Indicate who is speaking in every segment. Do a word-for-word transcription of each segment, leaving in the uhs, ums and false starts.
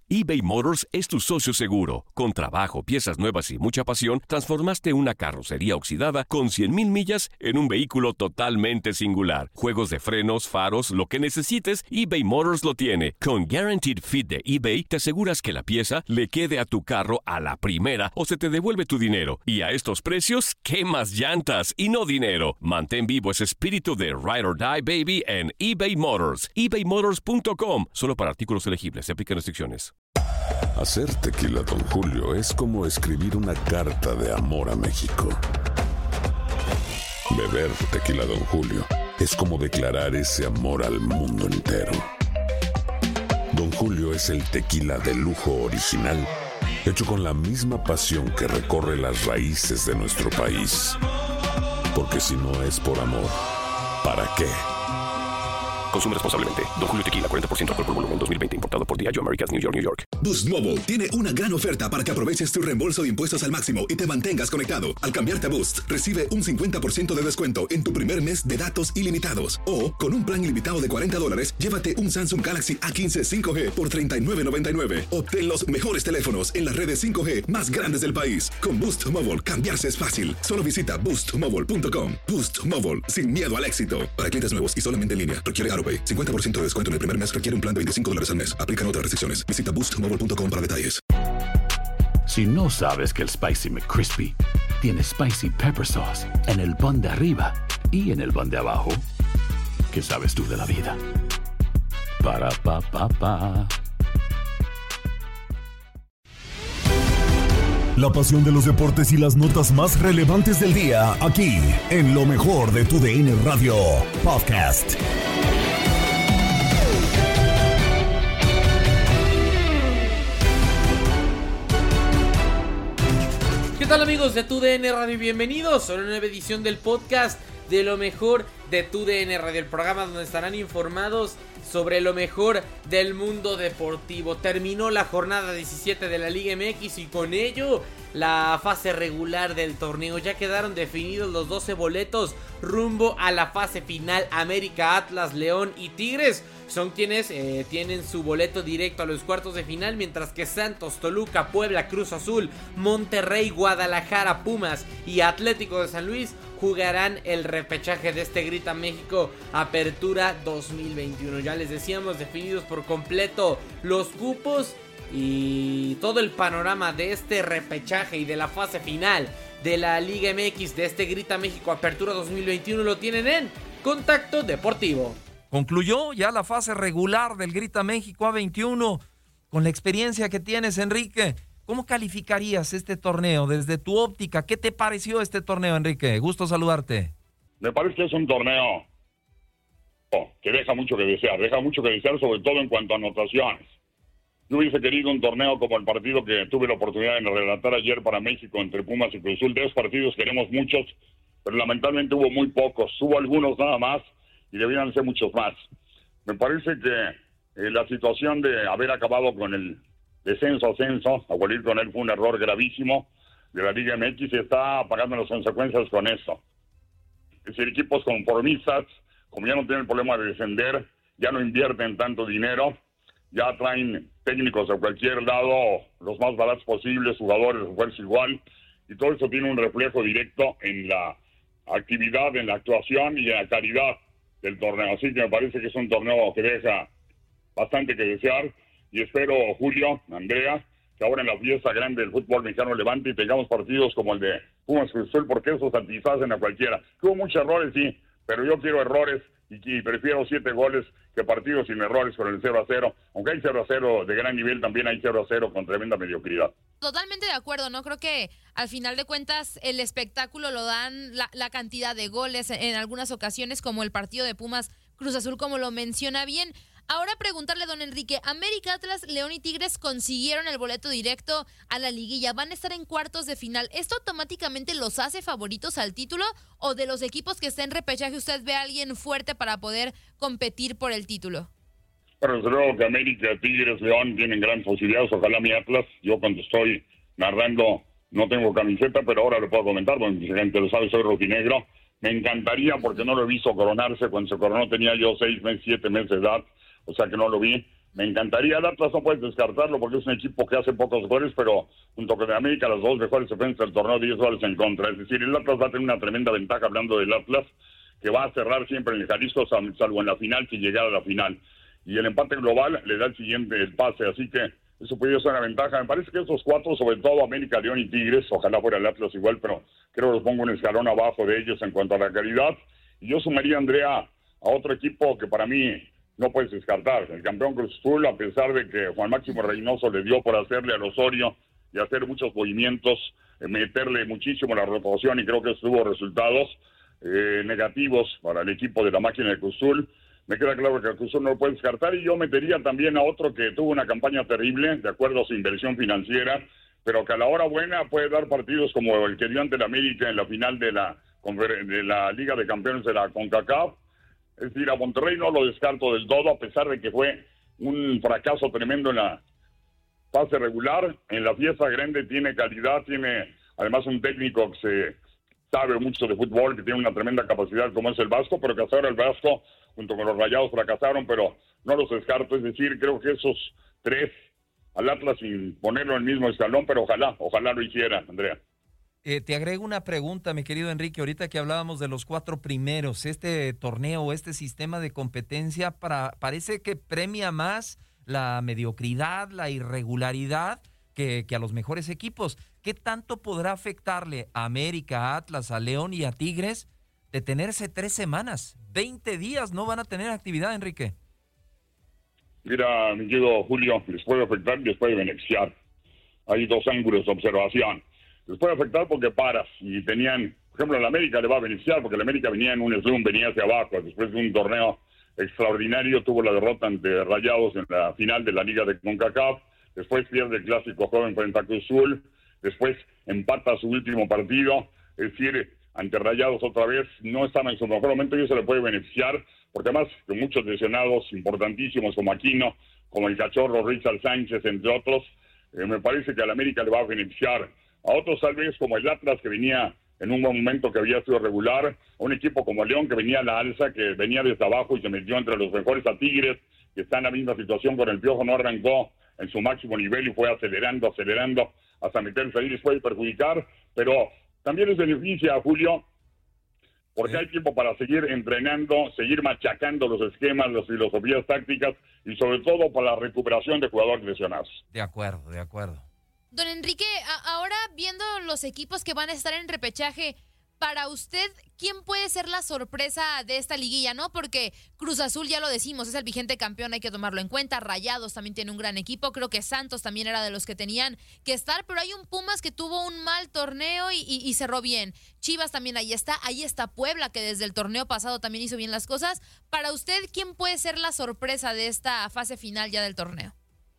Speaker 1: eBay Motors es tu socio seguro. Con trabajo, piezas nuevas y mucha pasión, transformaste una carrocería oxidada con cien mil millas en un vehículo totalmente singular. Juegos de frenos, faros, lo que necesites, eBay Motors lo tiene. Con Guaranteed Fit de eBay, te aseguras que la pieza le quede a tu carro a la primera o se te devuelve tu dinero. Y a estos precios, ¿qué más llantas y no dinero? Mantén vivo ese espíritu de Ride or Die, baby, en eBay Motors. ebay motors punto com. Solo para artículos elegibles. Se aplican restricciones.
Speaker 2: Hacer tequila Don Julio es como escribir una carta de amor a México. Beber tequila Don Julio es como declarar ese amor al mundo entero. Don Julio es el tequila de lujo original, hecho con la misma pasión que recorre las raíces de nuestro país. Porque si no es por amor, ¿para qué?
Speaker 1: Consume responsablemente. Don Julio Tequila, cuarenta por ciento alcohol por volumen, dos mil veinte. Importado por Diageo Americas, New York, New York.
Speaker 3: Boost Mobile tiene una gran oferta para que aproveches tu reembolso de impuestos al máximo y te mantengas conectado. Al cambiarte a Boost, recibe un cincuenta por ciento de descuento en tu primer mes de datos ilimitados. O, con un plan ilimitado de cuarenta dólares, llévate un Samsung Galaxy A quince cinco G por treinta y nueve noventa y nueve. Obtén los mejores teléfonos en las redes cinco G más grandes del país. Con Boost Mobile, cambiarse es fácil. Solo visita boost mobile punto com. Boost Mobile, sin miedo al éxito. Para clientes nuevos y solamente en línea, requiere AutoPay. cincuenta por ciento de descuento en el primer mes requiere un plan de veinticinco dólares al mes. Aplican otras restricciones. Visita boost mobile punto com para detalles.
Speaker 4: Si no sabes que el Spicy McCrispy tiene Spicy Pepper Sauce en el pan de arriba y en el pan de abajo, ¿qué sabes tú de la vida? Para, pa, pa, pa.
Speaker 5: La pasión de los deportes y las notas más relevantes del día, aquí, en lo mejor de tu D N Radio Podcast.
Speaker 6: ¿Qué tal, amigos de tu D N Radio? Bienvenidos a una nueva edición del podcast de lo mejor de tu D N Radio, el programa donde estarán informados sobre lo mejor del mundo deportivo. Terminó la jornada diecisiete de la Liga M X y con ello la fase regular del torneo. Ya quedaron definidos los doce boletos rumbo a la fase final. América, Atlas, León y Tigres son quienes eh, tienen su boleto directo a los cuartos de final, mientras que Santos, Toluca, Puebla, Cruz Azul, Monterrey, Guadalajara, Pumas y Atlético de San Luis jugarán el repechaje de este Grita México Apertura dos mil veintiuno. Ya les decíamos, definidos por completo los cupos y todo el panorama de este repechaje y de la fase final de la Liga M X de este Grita México Apertura dos mil veintiuno lo tienen en Contacto Deportivo.
Speaker 7: Concluyó ya la fase regular del Grita México A veintiuno. Con la experiencia que tienes, Enrique, ¿cómo calificarías este torneo desde tu óptica? ¿Qué te pareció este torneo, Enrique? Gusto saludarte.
Speaker 8: Me parece que es un torneo que deja mucho que desear, deja mucho que desear sobre todo en cuanto a anotaciones. Yo hubiese querido un torneo como el partido que tuve la oportunidad de relatar ayer para México entre Pumas y Cruz Azul. De esos partidos queremos muchos, pero lamentablemente hubo muy pocos. Hubo algunos nada más y debían ser muchos más. Me parece que eh, la situación de haber acabado con el descenso ascenso, abolir con él fue un error gravísimo de la Liga M X y está pagando las consecuencias con eso. Es decir, equipos conformistas, como ya no tienen el problema de descender, ya no invierten tanto dinero, ya traen técnicos de cualquier lado, los más baratos posibles, jugadores de fuerza igual, y todo eso tiene un reflejo directo en la actividad, en la actuación y en la calidad del torneo. Así que me parece que es un torneo que deja bastante que desear y espero, Julio, Andrea, que ahora en la fiesta grande del fútbol mexicano levante y tengamos partidos como el de Pumas Cruz Azul, porque esos satisfacen a cualquiera. Hubo muchos errores, sí, pero yo quiero errores y, y prefiero siete goles que partidos sin errores con el cero a cero. Aunque hay cero a cero de gran nivel, también hay cero a cero con tremenda mediocridad.
Speaker 9: Totalmente de acuerdo, ¿no? Creo que al final de cuentas el espectáculo lo dan la, la cantidad de goles en, en algunas ocasiones, como el partido de Pumas Cruz Azul, como lo menciona bien. Ahora preguntarle, don Enrique, América, Atlas, León y Tigres consiguieron el boleto directo a la liguilla, van a estar en cuartos de final. ¿Esto automáticamente los hace favoritos al título o de los equipos que estén en repechaje usted ve a alguien fuerte para poder competir por el título?
Speaker 8: Pero desde luego que América, Tigres, León tienen gran posibilidades, ojalá mi Atlas. Yo cuando estoy narrando no tengo camiseta, pero ahora lo puedo comentar, porque mi gente lo sabe, soy rojinegro. Me encantaría, porque no lo he visto coronarse. Cuando se coronó tenía yo seis meses, siete meses de edad, o sea que no lo vi. Me encantaría, el Atlas no puedes descartarlo porque es un equipo que hace pocos goles, pero junto con el América, las dos mejores defensas del torneo, diez goles en contra. Es decir, el Atlas va a tener una tremenda ventaja, hablando del Atlas, que va a cerrar siempre en el Jalisco, salvo en la final, si llegara a la final. Y el empate global le da el siguiente el pase, así que eso podría ser una ventaja. Me parece que esos cuatro, sobre todo América, León y Tigres, ojalá fuera el Atlas igual, pero creo que los pongo un escalón abajo de ellos en cuanto a la calidad. Y yo sumaría, Andrea, a otro equipo que para mí no puedes descartar. El campeón Cruz Azul, a pesar de que Juan Máximo Reynoso le dio por hacerle al Osorio y hacer muchos movimientos, eh, meterle muchísimo la rotación, y creo que tuvo resultados eh, negativos para el equipo de la máquina de Cruz Azul. Me queda claro que el Cruz Azul no lo puede descartar, y yo metería también a otro que tuvo una campaña terrible, de acuerdo a su inversión financiera, pero que a la hora buena puede dar partidos como el que dio ante el América en la final de la, de la Liga de Campeones de la CONCACAF. Es decir, a Monterrey no lo descarto del todo, a pesar de que fue un fracaso tremendo en la fase regular. En la fiesta grande tiene calidad, tiene además un técnico que se sabe mucho de fútbol, que tiene una tremenda capacidad como es el Vasco, pero que hasta ahora el Vasco, junto con los Rayados, fracasaron, pero no los descarto. Es decir, creo que esos tres al Atlas, sin ponerlo en el mismo escalón, pero ojalá, ojalá lo hiciera, Andrea.
Speaker 7: Eh, te agrego una pregunta, mi querido Enrique. Ahorita que hablábamos de los cuatro primeros, este torneo, este sistema de competencia para, parece que premia más la mediocridad, la irregularidad que, que a los mejores equipos. ¿Qué tanto podrá afectarle a América, a Atlas, a León y a Tigres detenerse tres semanas? veinte días no van a tener actividad, Enrique.
Speaker 8: Mira, mi querido Julio, les puede afectar y les puede beneficiar. Hay dos ángulos de observación. Les puede afectar porque paras, y tenían, por ejemplo, el América le va a beneficiar porque el América venía en un slump, venía hacia abajo, después de un torneo extraordinario, tuvo la derrota ante Rayados en la final de la Liga de CONCACAF, después pierde el clásico joven frente a Cruz Azul, después empata su último partido, es decir, ante Rayados otra vez, no estaba en su mejor momento, y eso le puede beneficiar, porque además con muchos lesionados importantísimos como Aquino, como el Cachorro, Richard Sánchez, entre otros, eh, me parece que al América le va a beneficiar. A otros tal vez como el Atlas, que venía en un momento que había sido regular, a un equipo como León que venía a la alza, que venía desde abajo y se metió entre los mejores, a Tigres, que está en la misma situación con el Piojo, no arrancó en su máximo nivel y fue acelerando, acelerando, hasta meterse ahí, les puede perjudicar, pero también les beneficia a Julio, porque hay tiempo para seguir entrenando, seguir machacando los esquemas, las filosofías tácticas, y sobre todo para la recuperación de jugadores lesionados.
Speaker 7: De acuerdo, de acuerdo.
Speaker 9: Don Enrique, a- ahora viendo los equipos que van a estar en repechaje, para usted, ¿quién puede ser la sorpresa de esta liguilla, no? Porque Cruz Azul, ya lo decimos, es el vigente campeón, hay que tomarlo en cuenta. Rayados también tiene un gran equipo. Creo que Santos también era de los que tenían que estar, pero hay un Pumas que tuvo un mal torneo y, y, y cerró bien. Chivas también ahí está. Ahí está Puebla, que desde el torneo pasado también hizo bien las cosas. Para usted, ¿quién puede ser la sorpresa de esta fase final ya del torneo?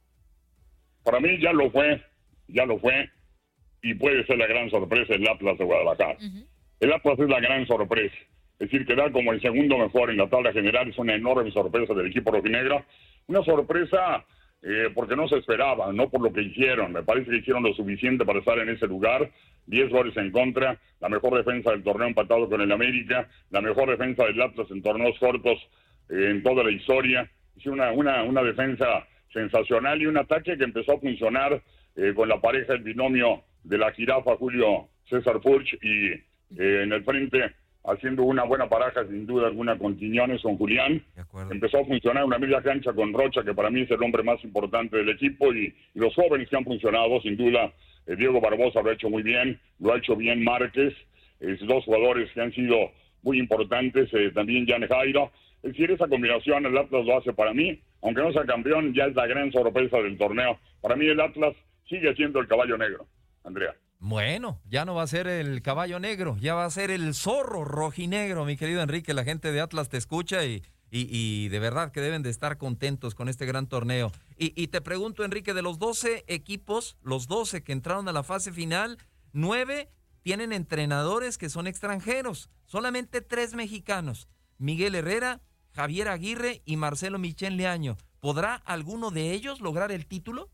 Speaker 8: Para mí ya lo fue, ya lo fue, y puede ser la gran sorpresa el Atlas de Guadalajara. Uh-huh. El Atlas es la gran sorpresa. Es decir, quedar como el segundo mejor en la tabla general es una enorme sorpresa del equipo rojinegro. Una sorpresa eh, porque no se esperaba, no por lo que hicieron. Me parece que hicieron lo suficiente para estar en ese lugar. Diez goles en contra, la mejor defensa del torneo empatado con el América, la mejor defensa del Atlas en torneos cortos eh, en toda la historia. Es una, una, una defensa sensacional y un ataque que empezó a funcionar eh, con la pareja, el binomio de la jirafa Julio César Furch, y Eh, en el frente, haciendo una buena paraja, sin duda alguna, con Quiñones, con Julián. Empezó a funcionar una media cancha con Rocha, que para mí es el hombre más importante del equipo, y, y los jóvenes que han funcionado, sin duda, eh, Diego Barbosa lo ha hecho muy bien, lo ha hecho bien Márquez, eh, dos jugadores que han sido muy importantes, eh, también Jan Jairo. Es decir, esa combinación el Atlas lo hace para mí, aunque no sea campeón, ya es la gran sorpresa del torneo. Para mí el Atlas sigue siendo el caballo negro, Andrea.
Speaker 7: Bueno, ya no va a ser el caballo negro, ya va a ser el zorro rojinegro, mi querido Enrique. La gente de Atlas te escucha y, y, y de verdad que deben de estar contentos con este gran torneo. Y, y te pregunto, Enrique, de los doce equipos, los doce que entraron a la fase final, nueve tienen entrenadores que son extranjeros, solamente tres mexicanos, Miguel Herrera, Javier Aguirre y Marcelo Michel Leaño. ¿Podrá alguno de ellos lograr el título?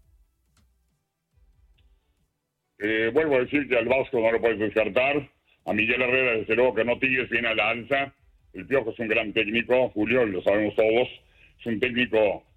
Speaker 8: Eh, vuelvo a decir que al Vasco no lo puedes descartar. A Miguel Herrera, desde luego que no. Tigres viene a la alza. El Piojo es un gran técnico, Julio, y lo sabemos todos. Es un técnico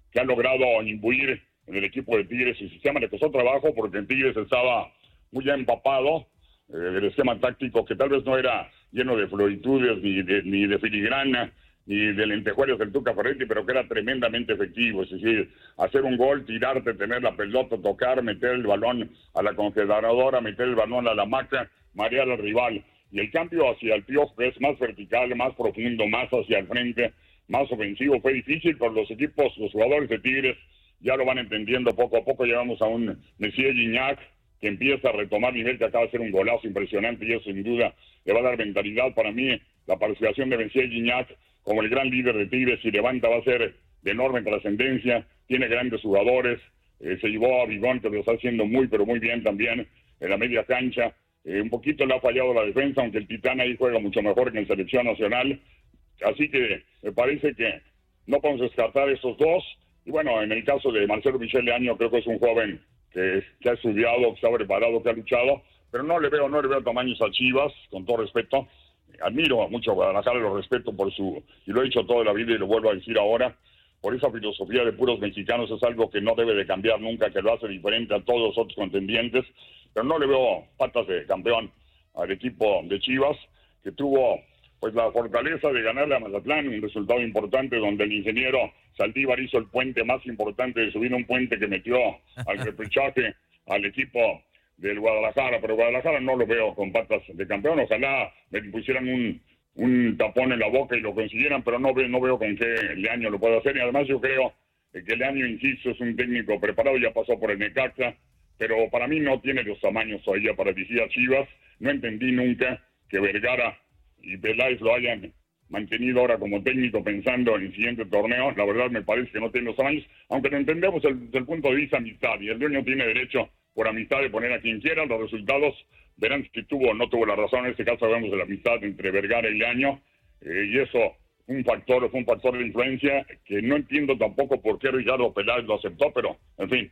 Speaker 8: que ha logrado imbuir en el equipo de Tigres. El sistema le costó trabajo porque en Tigres estaba muy ya empapado eh, el esquema táctico, que tal vez no era lleno de floritudes ni de, ni de filigrana ni de lentejuelas del Tuca Ferretti, pero que era tremendamente efectivo. Es decir, hacer un gol, tirarte, tener la pelota, tocar, meter el balón a la congeladora, meter el balón a la hamaca, marear al rival. Y el cambio hacia el Piojo es más vertical, más profundo, más hacia el frente, más ofensivo. Fue difícil, pero los equipos, los jugadores de Tigres ya lo van entendiendo poco a poco. Llegamos a un Messier Gignac que empieza a retomar nivel, que acaba de hacer un golazo impresionante, y eso sin duda le va a dar mentalidad. Para mí, la participación de Messier Gignac como el gran líder de Tigres, si levanta, va a ser de enorme trascendencia. Tiene grandes jugadores, eh, se llevó a Bigón, que lo está haciendo muy, pero muy bien también en la media cancha. Eh, un poquito le ha fallado la defensa, aunque el Titán ahí juega mucho mejor que en selección nacional. Así que me parece que no podemos descartar esos dos. Y bueno, en el caso de Marcelo Michel Leaño, creo que es un joven que, que ha estudiado, que está preparado, que ha luchado, pero no le veo, no le veo tamaños a Chivas, con todo respeto. Admiro mucho a Guadalajara, lo respeto por su, y lo he dicho toda la vida y lo vuelvo a decir ahora, por esa filosofía de puros mexicanos. Es algo que no debe de cambiar nunca, que lo hace diferente a todos los otros contendientes, pero no le veo patas de campeón al equipo de Chivas, que tuvo pues la fortaleza de ganarle a Mazatlán, un resultado importante donde el ingeniero Saldívar hizo el puente más importante de subir, un puente que metió al repechaje al equipo del Guadalajara, pero Guadalajara no lo veo con patas de campeón. Ojalá me pusieran un, un tapón en la boca y lo consiguieran, pero no, ve, no veo con qué Leaño lo puede hacer. Y además yo creo que Leaño, insisto, es un técnico preparado, ya pasó por el Necaxa, pero para mí no tiene los tamaños todavía para dirigir a Chivas. No entendí nunca que Vergara y Peláez lo hayan mantenido ahora como técnico pensando en el siguiente torneo. La verdad me parece que no tiene los tamaños, aunque lo entendemos desde el punto de vista amistad, y el dueño tiene derecho por amistad de poner a quien quiera. Los resultados verán si tuvo o no tuvo la razón. En este caso hablamos de la amistad entre Vergara y Leaño, eh, y eso un factor, fue un factor de influencia que no entiendo tampoco por qué Ricardo Peláez lo aceptó, pero en fin,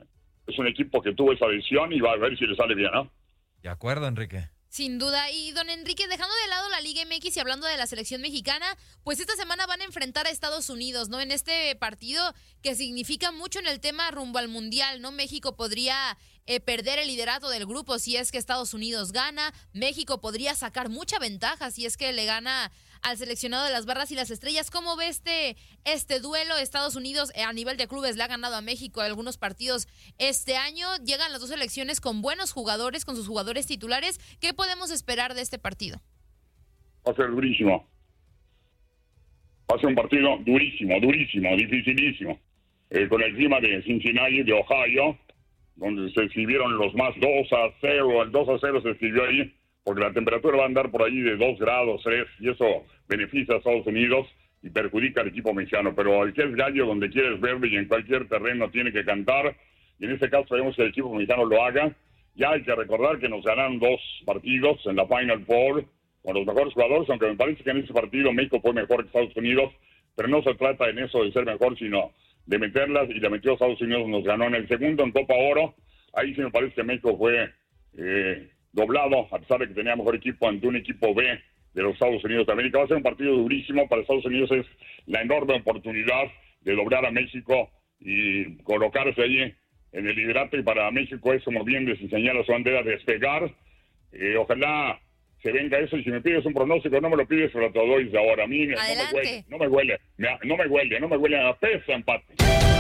Speaker 8: es un equipo que tuvo esa decisión y va a ver si le sale bien, ¿no?
Speaker 7: De acuerdo, Enrique.
Speaker 9: Sin duda. Y don Enrique, dejando de lado la Liga M X y hablando de la selección mexicana, pues esta semana van a enfrentar a Estados Unidos, ¿no? En este partido que significa mucho en el tema rumbo al Mundial, ¿no? México podría eh, perder el liderato del grupo si es que Estados Unidos gana. México podría sacar mucha ventaja si es que le gana al seleccionado de las Barras y las Estrellas. ¿Cómo ve este, este duelo? Estados Unidos eh, a nivel de clubes le ha ganado a México algunos partidos este año. Llegan las dos selecciones con buenos jugadores, con sus jugadores titulares. ¿Qué podemos esperar de este partido?
Speaker 8: Va a ser durísimo. Va a ser un partido durísimo, durísimo, dificilísimo. Eh, con el clima de Cincinnati, de Ohio, donde se escribieron los más dos a cero. El dos a cero se escribió ahí, porque la temperatura va a andar por ahí de dos grados, tres, y eso beneficia a Estados Unidos y perjudica al equipo mexicano. Pero el que es gallo donde quieres verlo y en cualquier terreno tiene que cantar, y en este caso sabemos que el equipo mexicano lo haga. Ya hay que recordar que nos ganaron dos partidos en la Final Four con los mejores jugadores, aunque me parece que en ese partido México fue mejor que Estados Unidos, pero no se trata en eso de ser mejor, sino de meterlas, y la metió Estados Unidos, nos ganó en el segundo en Copa Oro. Ahí sí me parece que México fue eh, doblado, a pesar de que tenía mejor equipo ante un equipo B de los Estados Unidos de América. Va a ser un partido durísimo. Para Estados Unidos es la enorme oportunidad de doblar a México y colocarse allí en el liderato, y para México es, como bien les señala su bandera, despegar. Eh, ojalá se venga eso, y si me pides un pronóstico, no me lo pides, pero te lo doy desde ahora. A mí no me huele, no me huele, no me huele, no me huele a pesa empate.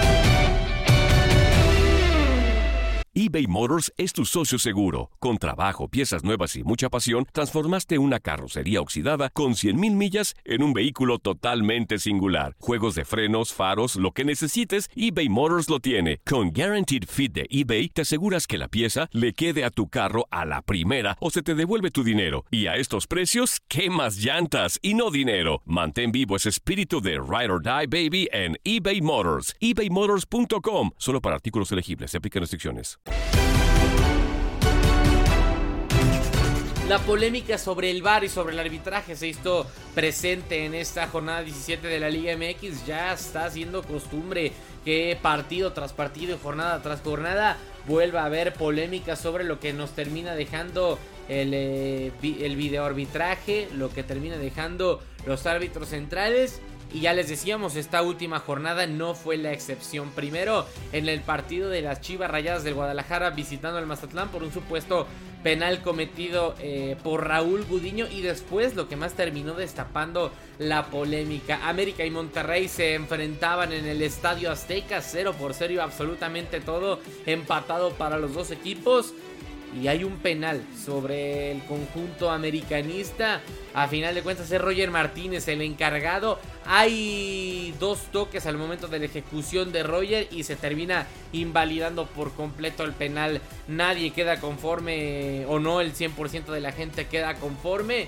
Speaker 1: eBay Motors es tu socio seguro. Con trabajo, piezas nuevas y mucha pasión, transformaste una carrocería oxidada con cien mil millas en un vehículo totalmente singular. Juegos de frenos, faros, lo que necesites, eBay Motors lo tiene. Con Guaranteed Fit de eBay, te aseguras que la pieza le quede a tu carro a la primera o se te devuelve tu dinero. Y a estos precios, ¿qué más llantas y no dinero? Mantén vivo ese espíritu de Ride or Die, baby, en eBay Motors. ebay motors punto com. Solo para artículos elegibles. Se aplican restricciones.
Speaker 6: La polémica sobre el V A R y sobre el arbitraje se hizo presente en esta jornada diecisiete de la Liga M X. Ya está siendo costumbre que partido tras partido y jornada tras jornada vuelva a haber polémica sobre lo que nos termina dejando el, eh, el videoarbitraje, lo que termina dejando los árbitros centrales. Y ya les decíamos, esta última jornada no fue la excepción. Primero, en el partido de las Chivas Rayadas del Guadalajara visitando al Mazatlán por un supuesto penal cometido eh, por Raúl Gudiño. Y después lo que más terminó destapando la polémica. América y Monterrey se enfrentaban en el Estadio Azteca, cero por cero y absolutamente todo empatado para los dos equipos. Y hay un penal sobre el conjunto americanista. A final de cuentas es Roger Martínez el encargado. Hay dos toques al momento de la ejecución de Roger y se termina invalidando por completo el penal. Nadie queda conforme, o no, el cien por ciento de la gente queda conforme.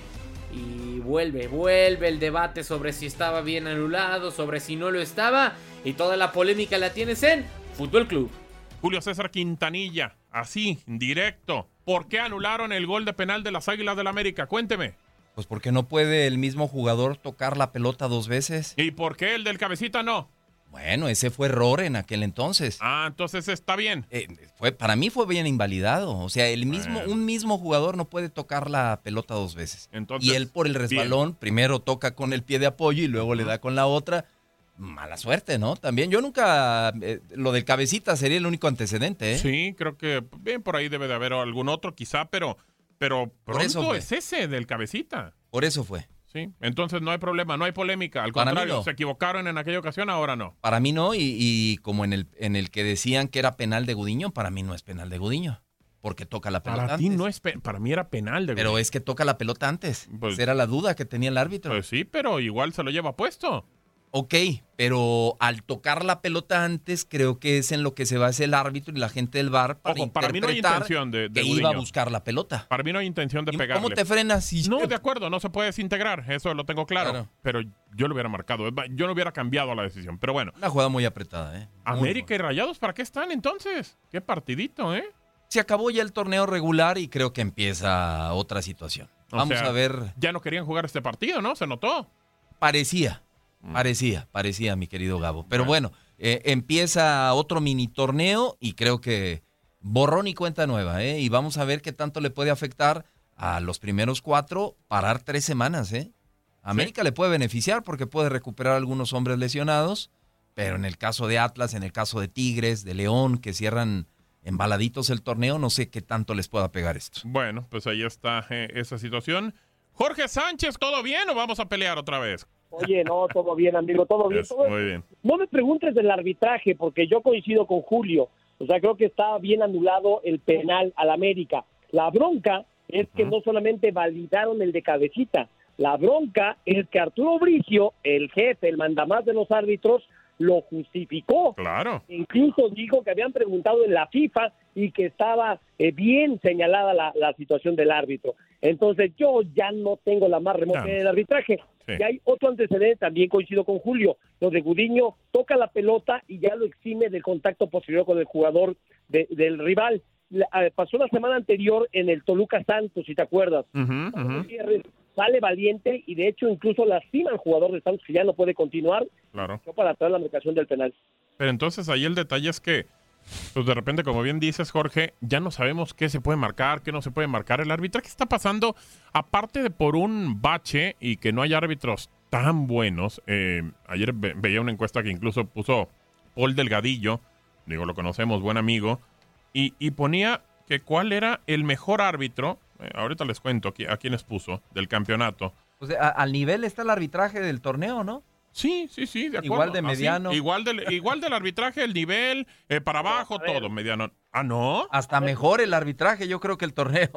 Speaker 6: Y vuelve, vuelve el debate sobre si estaba bien anulado, sobre si no lo estaba. Y toda la polémica la tienes en Fútbol Club.
Speaker 10: Julio César Quintanilla, así, directo. ¿Por qué anularon el gol de penal de las Águilas del América? Cuénteme.
Speaker 7: Pues porque no puede el mismo jugador tocar la pelota dos veces.
Speaker 10: ¿Y por qué el del cabecita no?
Speaker 7: Bueno, ese fue error en aquel entonces.
Speaker 10: Ah, entonces está bien.
Speaker 7: Eh, fue, para mí fue bien invalidado. O sea, el mismo,
Speaker 10: bueno.
Speaker 7: un mismo jugador no puede tocar la pelota dos veces.
Speaker 10: Entonces,
Speaker 7: y él por el resbalón, bien. Primero toca con el pie de apoyo y luego le da con la otra. Mala suerte, ¿no? También yo nunca, eh, lo del cabecita sería el único antecedente, ¿eh?
Speaker 10: Sí, creo que bien por ahí debe de haber algún otro quizá, pero, pero
Speaker 7: Por eso
Speaker 10: pronto
Speaker 7: fue.
Speaker 10: es ese del cabecita.
Speaker 7: Por eso fue.
Speaker 10: Sí, entonces no hay problema, no hay polémica. Al
Speaker 7: Para mí
Speaker 10: contrario,
Speaker 7: no.
Speaker 10: se equivocaron en aquella ocasión, ahora no.
Speaker 7: Para mí no, y, y como en el, en el que decían que era penal de Gudiño, para mí no es penal de Gudiño, porque toca la pelota
Speaker 10: Para ti
Speaker 7: antes.
Speaker 10: no es, pe- para mí era penal de
Speaker 7: Pero
Speaker 10: Gudiño.
Speaker 7: es que toca la pelota antes.
Speaker 10: Pues-
Speaker 7: Esa era la duda que tenía el árbitro.
Speaker 10: Pues sí, pero igual se lo lleva puesto.
Speaker 7: Ok, pero al tocar la pelota antes, creo que es en lo que se basa el árbitro y la gente del V A R para
Speaker 10: Ojo, para mí no hay
Speaker 7: interpretar
Speaker 10: intención de, de
Speaker 7: que iba a
Speaker 10: Gudiño.
Speaker 7: buscar la pelota.
Speaker 10: Para mí no hay intención de
Speaker 7: ¿Y
Speaker 10: pegarle.
Speaker 7: ¿Cómo te frenas? Si
Speaker 10: No, de acuerdo, no se puede desintegrar, eso lo tengo claro,
Speaker 7: Claro.
Speaker 10: pero yo lo hubiera marcado, Es más, yo no hubiera cambiado la decisión, pero bueno.
Speaker 7: Una jugada muy apretada, ¿eh? Muy
Speaker 10: América
Speaker 7: buena.
Speaker 10: y Rayados, ¿para qué están entonces? Qué partidito, ¿eh?
Speaker 7: Se acabó ya el torneo regular y creo que empieza otra situación.
Speaker 10: O
Speaker 7: Vamos
Speaker 10: sea,
Speaker 7: a ver.
Speaker 10: Ya no querían jugar este partido, ¿no? Se notó.
Speaker 7: Parecía, parecía, parecía, mi querido Gabo. Pero
Speaker 10: Bueno.
Speaker 7: bueno, eh, empieza otro mini torneo y creo que borrón y cuenta nueva, ¿eh? Y vamos a ver qué tanto le puede afectar a los primeros cuatro parar tres semanas, ¿eh? América le puede beneficiar porque puede recuperar algunos hombres lesionados, pero en el caso de Atlas, en el caso de Tigres, de León, que cierran embaladitos el torneo, no sé qué tanto les pueda pegar esto.
Speaker 10: Bueno, pues ahí está eh, esa situación. Jorge Sánchez, ¿todo bien o vamos a pelear otra vez?
Speaker 11: Oye, no, todo bien, amigo, todo bien.
Speaker 10: Es-
Speaker 11: todo
Speaker 10: muy bien.
Speaker 11: No me preguntes del arbitraje, porque yo coincido con Julio. O sea, creo que está bien anulado el penal al América. La bronca es que no solamente validaron el de cabecita, la bronca es que Arturo Bricio, el jefe, el mandamás de los árbitros, lo justificó.
Speaker 10: Claro.
Speaker 11: Incluso dijo que habían preguntado en la FIFA y que estaba eh, bien señalada la, la situación del árbitro. Entonces yo ya no tengo la más remota
Speaker 10: No.
Speaker 11: idea del arbitraje.
Speaker 10: Sí.
Speaker 11: Y hay otro antecedente, también coincido con Julio, lo de Gudiño toca la pelota y ya lo exime del contacto posterior con el jugador de- del rival. La- eh, pasó la semana anterior en el Toluca Santos, si te acuerdas.
Speaker 10: Ujú, ujú.
Speaker 11: Gutiérrez sale valiente y de hecho incluso lastima al jugador de Santos que ya no puede continuar
Speaker 10: Claro.
Speaker 11: para atrás la marcación del penal.
Speaker 10: Pero entonces ahí el detalle es que, pues de repente, como bien dices, Jorge, ya no sabemos qué se puede marcar, qué no se puede marcar. El arbitraje está pasando, aparte de por un bache y que no hay árbitros tan buenos. Eh, ayer ve- veía una encuesta que incluso puso Paul Delgadillo, digo, lo conocemos, buen amigo, y, y ponía que cuál era el mejor árbitro, eh, ahorita les cuento aquí, a quiénes puso, del campeonato.
Speaker 7: O sea, a- al nivel está el arbitraje del torneo, ¿no?
Speaker 10: Sí, sí, sí, de acuerdo.
Speaker 7: Igual de
Speaker 10: Así,
Speaker 7: mediano.
Speaker 10: igual, del, igual del arbitraje, el nivel, eh, para abajo, todo, mediano. Ah, ¿no?
Speaker 7: Hasta mejor el arbitraje, yo creo que el torneo.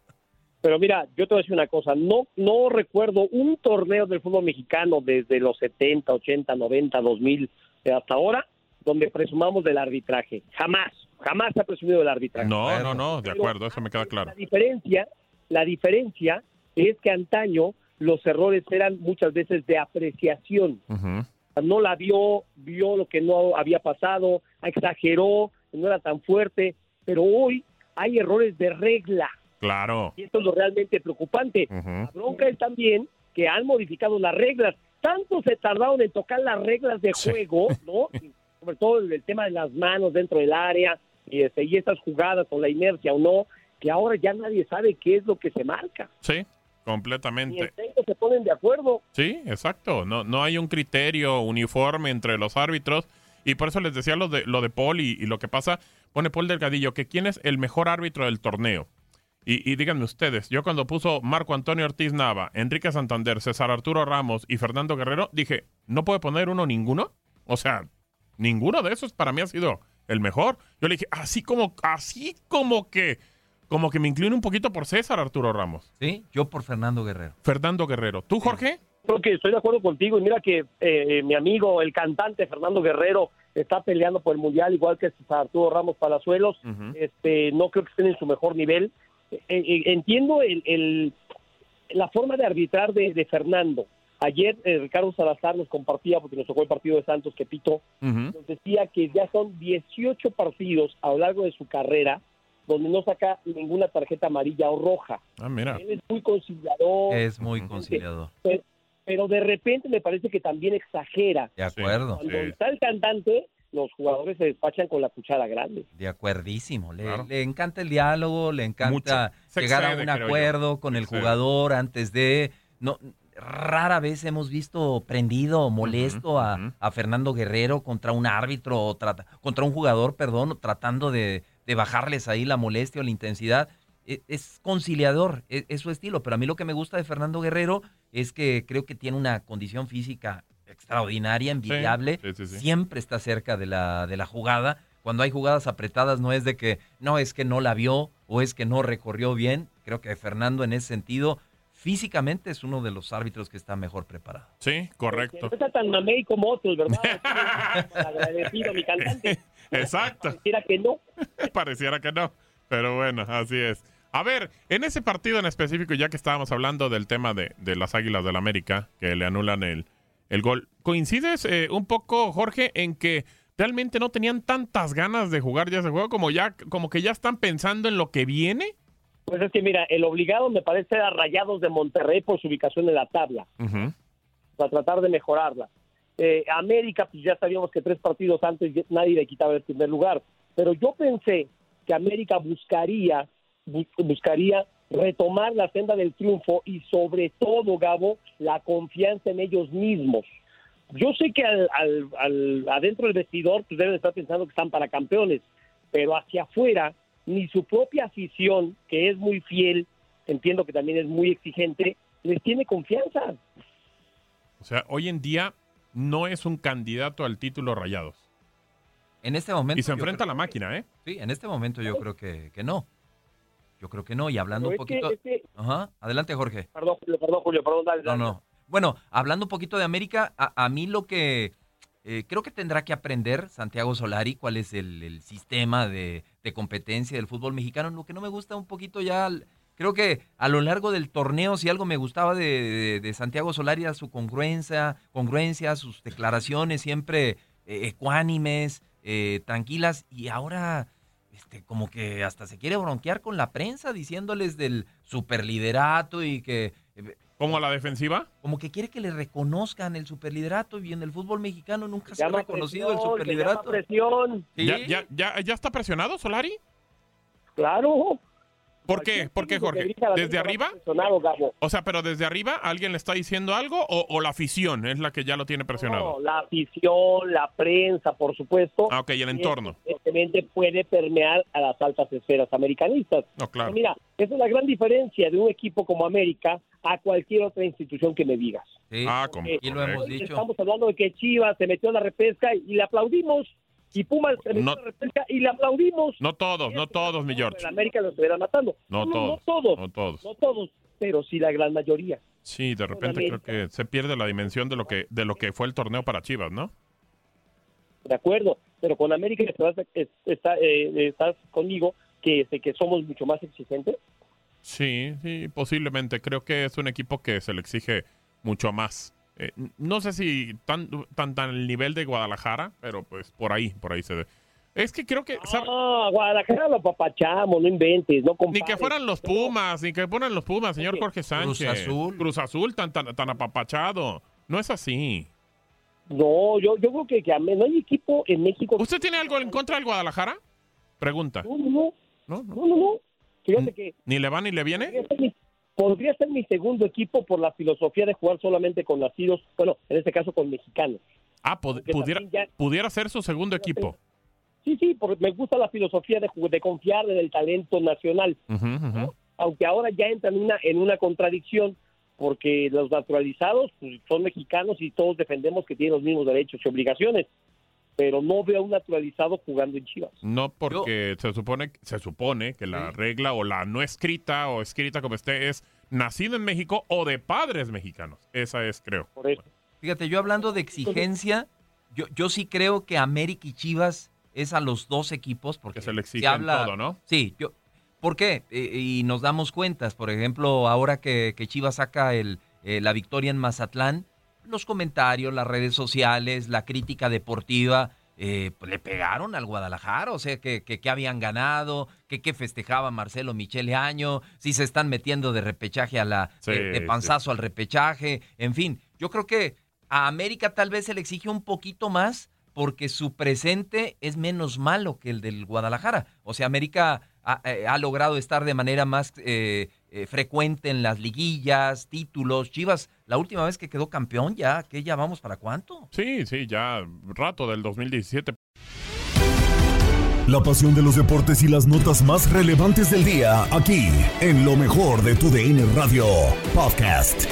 Speaker 11: Pero mira, yo te voy a decir una cosa, no no recuerdo un torneo del fútbol mexicano desde los setenta, ochenta, noventa, dos mil eh, hasta ahora donde presumamos del arbitraje. Jamás, jamás se ha presumido del arbitraje.
Speaker 10: No,
Speaker 7: Bueno,
Speaker 10: no, no, de
Speaker 11: pero
Speaker 10: acuerdo, eso me queda claro.
Speaker 11: La diferencia, la diferencia es que antaño los errores eran muchas veces de apreciación.
Speaker 10: Ujú.
Speaker 11: No la vio, vio lo que no había pasado, exageró, no era tan fuerte, pero hoy hay errores de regla.
Speaker 10: Claro.
Speaker 11: Y esto es lo realmente preocupante.
Speaker 10: Ujú.
Speaker 11: La bronca es también que han modificado las reglas. Tanto se tardaron en tocar las reglas de
Speaker 10: Sí.
Speaker 11: juego, ¿no? Y sobre todo el tema de las manos dentro del área y, este, y estas jugadas con la inercia o no, que ahora ya nadie sabe qué es lo que se marca.
Speaker 10: Sí, completamente.
Speaker 11: Y en técnico se ponen de acuerdo.
Speaker 10: Sí, exacto. No, no hay un criterio uniforme entre los árbitros. Y por eso les decía lo de, lo de Paul y, y lo que pasa. Pone Paul Delgadillo que quién es el mejor árbitro del torneo. Y, y díganme ustedes, yo cuando puso Marco Antonio Ortiz Nava, Enrique Santander, César Arturo Ramos y Fernando Guerrero, dije, ¿no puede poner uno ninguno? O sea, ninguno de esos para mí ha sido el mejor. Yo le dije, así como, así como que, como que me inclino un poquito por César Arturo Ramos.
Speaker 7: Sí, yo por Fernando Guerrero.
Speaker 10: Fernando Guerrero. ¿Tú, Jorge?
Speaker 11: Creo que estoy de acuerdo contigo y mira que eh, mi amigo, el cantante Fernando Guerrero, está peleando por el Mundial, igual que Arturo Ramos Palazuelos. Uh-huh. este, no creo que estén en su mejor nivel. Eh, eh, entiendo el, el, la forma de arbitrar de, de Fernando. Ayer eh, Ricardo Salazar nos compartía, porque nos tocó el partido de Santos que pitó, uh-huh. nos decía que ya son dieciocho partidos a lo largo de su carrera donde no saca ninguna tarjeta amarilla o roja.
Speaker 10: Ah, mira.
Speaker 11: Él es muy conciliador.
Speaker 7: Es muy conciliador.
Speaker 11: Pero, pero de repente me parece que también exagera.
Speaker 7: De acuerdo.
Speaker 11: Cuando
Speaker 10: Sí.
Speaker 11: está el cantante, los jugadores se despachan con la cuchara grande.
Speaker 7: De acuerdísimo. Le,
Speaker 10: Claro.
Speaker 7: le encanta el diálogo, le encanta
Speaker 10: Mucho. Se
Speaker 7: llegar a
Speaker 10: excede,
Speaker 7: un
Speaker 10: creo
Speaker 7: acuerdo
Speaker 10: yo.
Speaker 7: con
Speaker 10: Se
Speaker 7: el
Speaker 10: excede.
Speaker 7: jugador antes de... no Rara vez hemos visto prendido o molesto
Speaker 10: Ujú,
Speaker 7: a,
Speaker 10: ujú.
Speaker 7: a Fernando Guerrero contra un árbitro o trata, contra un jugador, perdón, tratando de, de bajarles ahí la molestia o la intensidad. Es, es conciliador, es, es su estilo, pero a mí lo que me gusta de Fernando Guerrero es que creo que tiene una condición física extraordinaria, envidiable,
Speaker 10: Sí, sí, sí, sí.
Speaker 7: siempre está cerca de la, de la jugada. Cuando hay jugadas apretadas no es de que no, es que no la vio o es que no recorrió bien. Creo que Fernando en ese sentido físicamente es uno de los árbitros que está mejor preparado.
Speaker 10: Sí, correcto.
Speaker 11: No está tan mamey como otros, ¿verdad? Agradecido a mi cantante.
Speaker 10: Exacto.
Speaker 11: Pareciera que no.
Speaker 10: Pareciera que no, pero bueno, así es. A ver, en ese partido en específico, ya que estábamos hablando del tema de, de las Águilas del América, que le anulan el, el gol, ¿coincides eh, un poco, Jorge, en que realmente no tenían tantas ganas de jugar ya ese juego, como, ya, como que ya están pensando en lo que viene?
Speaker 11: Pues es que mira, el obligado me parece a Rayados de Monterrey por su ubicación en la tabla,
Speaker 10: Uh-huh.
Speaker 11: para tratar de mejorarla. Eh, América, pues ya sabíamos que tres partidos antes ya nadie le quitaba el primer lugar, pero yo pensé que América buscaría, bu- buscaría retomar la senda del triunfo y sobre todo, Gabo, la confianza en ellos mismos. Yo sé que al, al, al, adentro del vestidor pues deben estar pensando que están para campeones, pero hacia afuera ni su propia afición, que es muy fiel, entiendo que también es muy exigente, les tiene confianza.
Speaker 10: O sea, hoy en día no es un candidato al título Rayados.
Speaker 7: En este momento...
Speaker 10: Y se
Speaker 7: yo
Speaker 10: enfrenta a
Speaker 7: creo-
Speaker 10: la máquina, ¿eh?
Speaker 7: Sí, en este momento yo creo que, que no. Yo creo que no. Y hablando
Speaker 11: Pero
Speaker 7: un
Speaker 11: es que-
Speaker 7: poquito...
Speaker 11: es que-
Speaker 7: Ajá, adelante, Jorge.
Speaker 11: Perdón, Julio, perdón, Julio, perdón, dale,
Speaker 7: No,
Speaker 11: dale.
Speaker 7: no. Bueno, hablando un poquito de América, a, a mí lo que eh, creo que tendrá que aprender Santiago Solari cuál es el, el sistema de, de competencia del fútbol mexicano. Lo que no me gusta un poquito ya, l- creo que a lo largo del torneo, si algo me gustaba de, de- de Santiago Solari era su congruencia, congruencia, sus declaraciones siempre eh, ecuánimes, eh, tranquilas, y ahora este, como que hasta se quiere bronquear con la prensa diciéndoles del superliderato y que... eh,
Speaker 10: ¿Como a la defensiva?
Speaker 7: como que quiere que le reconozcan el superliderato y en el fútbol mexicano nunca se ha
Speaker 11: Llama
Speaker 7: reconocido el
Speaker 11: presión, se
Speaker 7: superliderato.
Speaker 11: llama presión.
Speaker 7: ¿Sí?
Speaker 10: ¿Ya, ya, ya, ¿Ya está presionado Solari?
Speaker 11: Claro.
Speaker 10: ¿Por qué? ¿Por qué, Jorge? ¿Desde arriba?
Speaker 11: Presionado, Gabo.
Speaker 10: O sea, pero desde arriba, ¿alguien le está diciendo algo o, o la afición es la que ya lo tiene presionado?
Speaker 11: No, la afición, la prensa, por supuesto.
Speaker 10: Ah, ok, y el entorno.
Speaker 11: Evidentemente puede permear a las altas esferas americanistas.
Speaker 10: No, claro.
Speaker 11: Pero mira, esa es la gran diferencia de un equipo como América a cualquier otra institución que me digas.
Speaker 7: Sí,
Speaker 10: Ah, como-
Speaker 11: Eh,
Speaker 7: y lo hemos
Speaker 11: hoy
Speaker 7: dicho.
Speaker 11: Estamos hablando de que Chivas se metió a la repesca y le aplaudimos. Y Pumas se metió
Speaker 10: No.
Speaker 11: a la repesca y le aplaudimos.
Speaker 10: No todos, no todos, mi George.
Speaker 11: En América lo estuviera matando.
Speaker 10: No
Speaker 11: no,
Speaker 10: todos,
Speaker 11: no todos.
Speaker 10: no todos.
Speaker 11: No todos, pero sí la gran mayoría.
Speaker 10: Sí, de repente creo que se pierde la dimensión de lo que de lo que fue el torneo para Chivas, ¿no?
Speaker 11: De acuerdo, pero con América estás, está, eh, estás conmigo que, que somos mucho más exigentes.
Speaker 10: Sí, sí, posiblemente. Creo que es un equipo que se le exige mucho más. Eh, no sé si tan, tan tan el nivel de Guadalajara, pero pues por ahí, por ahí se ve. Es que creo que... ¿sabe?
Speaker 11: No, Guadalajara lo papachamos, no inventes, no
Speaker 10: Ni
Speaker 11: compares.
Speaker 10: que fueran los Pumas, ni que fueran los Pumas, señor Jorge Sánchez.
Speaker 7: Azul.
Speaker 10: Cruz Azul, tan, tan, tan apapachado. No es así.
Speaker 11: No, yo, yo creo que, que no hay equipo en México.
Speaker 10: ¿Usted tiene algo en contra del Guadalajara? Pregunta.
Speaker 11: No, no, no,
Speaker 10: ¿No? no.
Speaker 11: no, no, no. Fíjate que
Speaker 10: ¿Ni le va ni le viene?
Speaker 11: podría ser mi, podría ser mi segundo equipo por la filosofía de jugar solamente con nacidos, bueno, en este caso con mexicanos.
Speaker 10: Ah, pod- pudiera, ya, pudiera ser su segundo equipo.
Speaker 11: Sí, sí, porque me gusta la filosofía de, de confiar en el talento nacional.
Speaker 10: Uh-huh, uh-huh.
Speaker 11: ¿no? Aunque ahora ya entra en una, en una contradicción, porque los naturalizados pues, son mexicanos y todos defendemos que tienen los mismos derechos y obligaciones, pero no veo a un naturalizado jugando en Chivas.
Speaker 10: No, porque Yo... se supone se supone que la sí. regla o la no escrita o escrita como esté es nacido en México o de padres mexicanos. Esa es, creo.
Speaker 11: Por eso.
Speaker 7: Fíjate, yo hablando de exigencia, yo, yo sí creo que América y Chivas es a los dos equipos porque
Speaker 10: que se le exigen
Speaker 7: se habla,
Speaker 10: todo, ¿no?
Speaker 7: Sí, yo ¿por qué? Eh, y nos damos cuentas, por ejemplo, ahora que, que Chivas saca el, eh, la victoria en Mazatlán, los comentarios, las redes sociales, la crítica deportiva, eh, pues le pegaron al Guadalajara, o sea, que, que, que habían ganado, que, que festejaba Marcelo Michele Año, si se están metiendo de repechaje a la, sí, de, de panzazo sí. al repechaje, en fin, yo creo que a América tal vez se le exige un poquito más porque su presente es menos malo que el del Guadalajara, o sea, América ha, eh, ha logrado estar de manera más eh, eh, frecuente en las liguillas, títulos. Chivas, la última vez que quedó campeón, ya, que ya vamos para cuánto.
Speaker 10: Sí, sí, ya rato del dos mil diecisiete.
Speaker 5: La pasión de los deportes y las notas más relevantes del día, aquí, en lo mejor de tu D N Radio Podcast.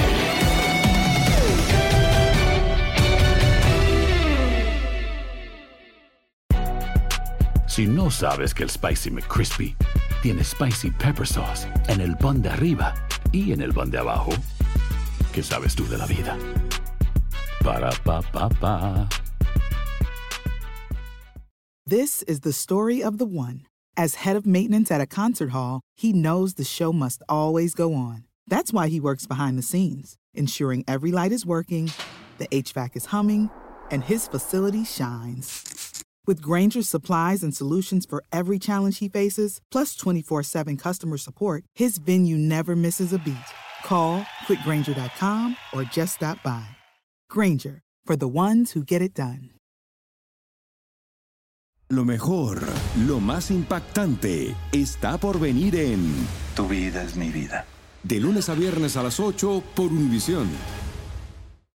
Speaker 4: Si no sabes que el Spicy McCrispy tiene Spicy Pepper Sauce en el pan de arriba y en el pan de abajo, ¿qué sabes tú de la vida? Para, pa, pa, pa.
Speaker 12: This is the story of the one. As head of maintenance at a concert hall, he knows the show must always go on. That's why he works behind the scenes, ensuring every light is working, the H V A C is humming, and his facility shines. With Grainger's supplies and solutions for every challenge he faces, plus twenty-four seven customer support, his venue never misses a beat. Call quick grainger dot com or just stop by. Grainger, for the ones who get it done.
Speaker 13: Lo mejor, lo más impactante, está por venir en
Speaker 14: Tu vida es mi vida.
Speaker 13: De lunes a viernes a las ocho por Univisión.